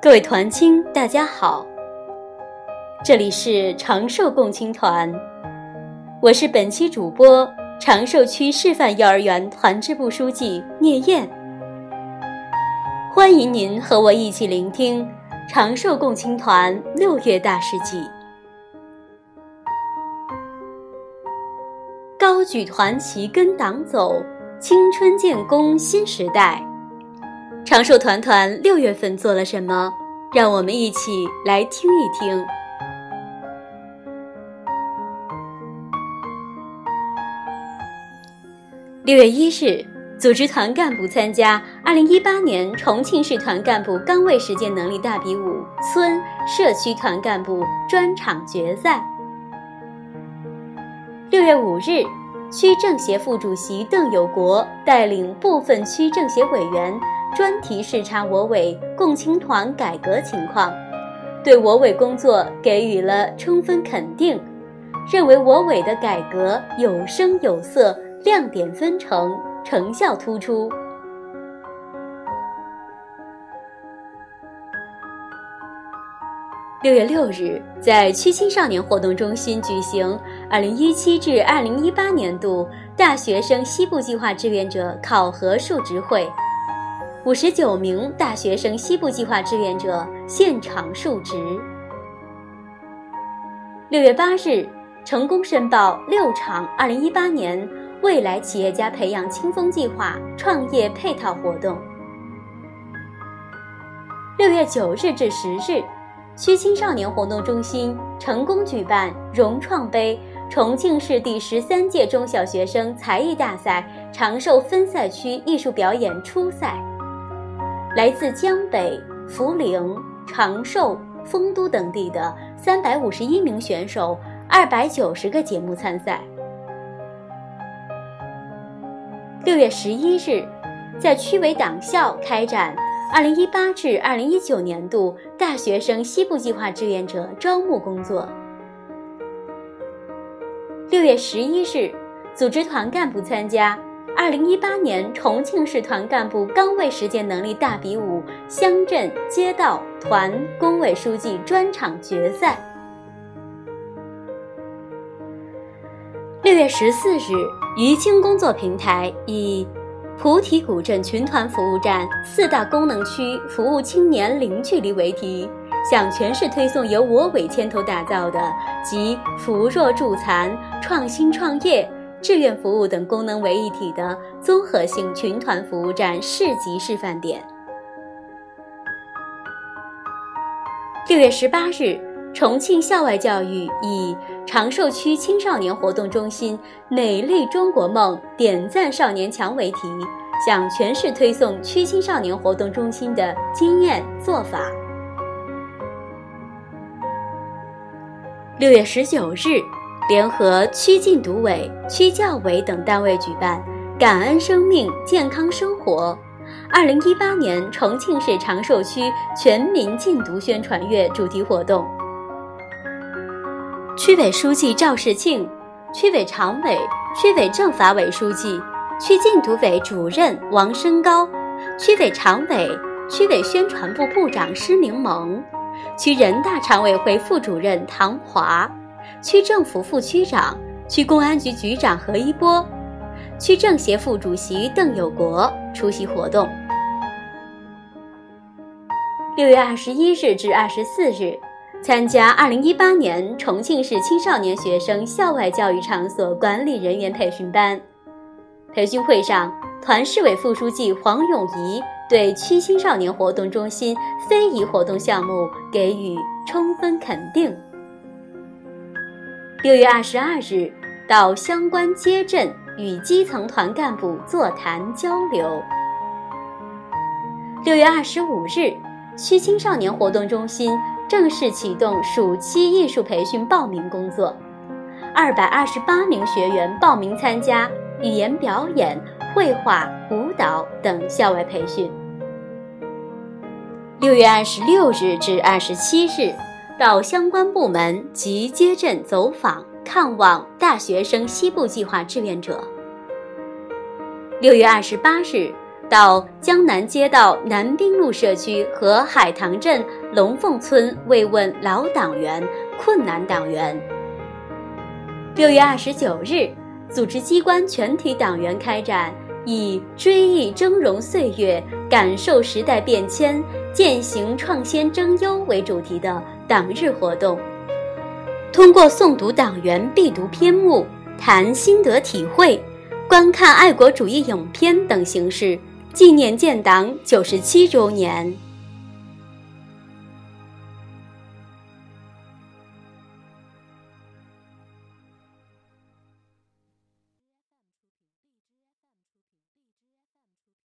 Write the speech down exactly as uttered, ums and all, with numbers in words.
各位团青，大家好，这里是长寿共青团，我是本期主播长寿区示范幼儿园团支部书记聂燕。欢迎您和我一起聆听长寿共青团六月大事记。高举团旗跟党走，青春建功新时代。长寿团团六月份做了什么？让我们一起来听一听。六月一日，组织团干部参加二零一八年重庆市团干部岗位实践能力大比武村社区团干部专场决赛。六月五日，区政协副主席邓友国带领部分区政协委员专题视察我委共青团改革情况，对我委工作给予了充分肯定，认为我委的改革有声有色，亮点纷呈，成效突出。六月六日，在区青少年活动中心举行二零一七至二零一八年度大学生西部计划志愿者考核述职会，五十九名大学生西部计划志愿者现场述职。六月八日，成功申报六场二零一八年未来企业家培养青锋计划创业配套活动。六月九日至十日，区青少年活动中心成功举办融创杯重庆市第十三届中小学生才艺大赛长寿分赛区艺术表演初赛，来自江北、涪陵、长寿、丰都等地的三百五十一名选手，二百九十个节目参赛。六月十一日，在区委党校开展二零一八至二零一九年度大学生西部计划志愿者招募工作。六月十一日，组织团干部参加二零一八年重庆市团干部岗位实践能力大比武乡镇街道团工委书记专场决赛。六月十四日，余青工作平台以菩提古镇群团服务站四大功能区服务青年零距离为题，向全市推送由我委牵头打造的集扶弱助残、创新创业、志愿服务等功能为一体的综合性群团服务站市级示范点。六月十八日，重庆校外教育以长寿区青少年活动中心美丽中国梦点赞少年强为题，向全市推送区青少年活动中心的经验做法。六月十九日，联合区禁毒委、区教委等单位举办感恩生命健康生活二零一八年重庆市长寿区全民禁毒宣传月主题活动。区委书记赵世庆、区委常委、区委政法委书记、区禁毒委主任王升高、区委常委、区委宣传部部长施明萌、区人大常委会副主任唐华、区政府副区长、区公安局局长何一波、区政协副主席邓友国出席活动。六月二十一日至二十四日，参加二零一八年重庆市青少年学生校外教育场所管理人员培训班。培训会上，团市委副书记黄永仪对区青少年活动中心非遗活动项目给予充分肯定。六月二十二日，到相关街镇与基层团干部座谈交流。六月二十五日，区青少年活动中心正式启动暑期艺术培训报名工作，二百二十八名学员报名参加语言表演、绘画、舞蹈等校外培训。六月二十六日至二十七日，到相关部门及街镇走访看望大学生西部计划志愿者。六月二十八日， 到江南街道南滨路社区和海棠镇龙凤村慰问老党员、困难党员。六月二十九日，组织机关全体党员开展以追忆峥嵘岁月、感受时代变迁、践行创新争优为主题的党日活动，通过诵读党员必读篇目、谈心得体会、观看爱国主义影片等形式，纪念建党九十七周年。